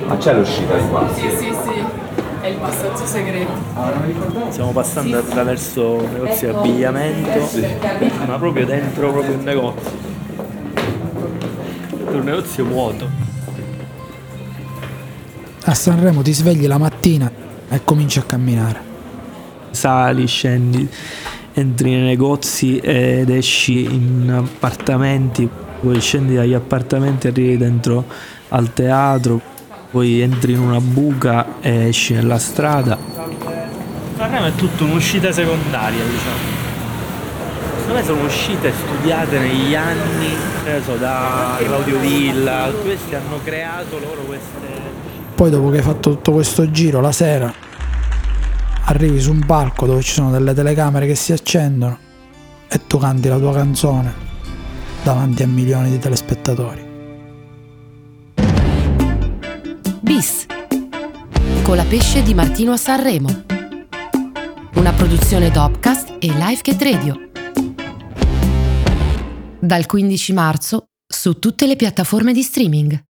Ma c'è l'uscita di qua? Sì, è il passaggio segreto. Stiamo passando attraverso un negozio di abbigliamento, ma proprio dentro un negozio. È un negozio vuoto. A Sanremo ti svegli la mattina e cominci a camminare. Sali, scendi, entri nei negozi ed esci in appartamenti, poi scendi dagli appartamenti e arrivi dentro al teatro, poi entri in una buca e esci nella strada. Sanremo è tutta un'uscita secondaria, diciamo. Secondo me sono uscite studiate negli anni, da Claudio Villa, questi hanno creato loro queste... Poi dopo che hai fatto tutto questo giro, la sera arrivi su un palco dove ci sono delle telecamere che si accendono e tu canti la tua canzone davanti a milioni di telespettatori. Bis con la pesce di Martino a Sanremo, una produzione Topcast e Lifegate Radio, dal 15 marzo su tutte le piattaforme di streaming.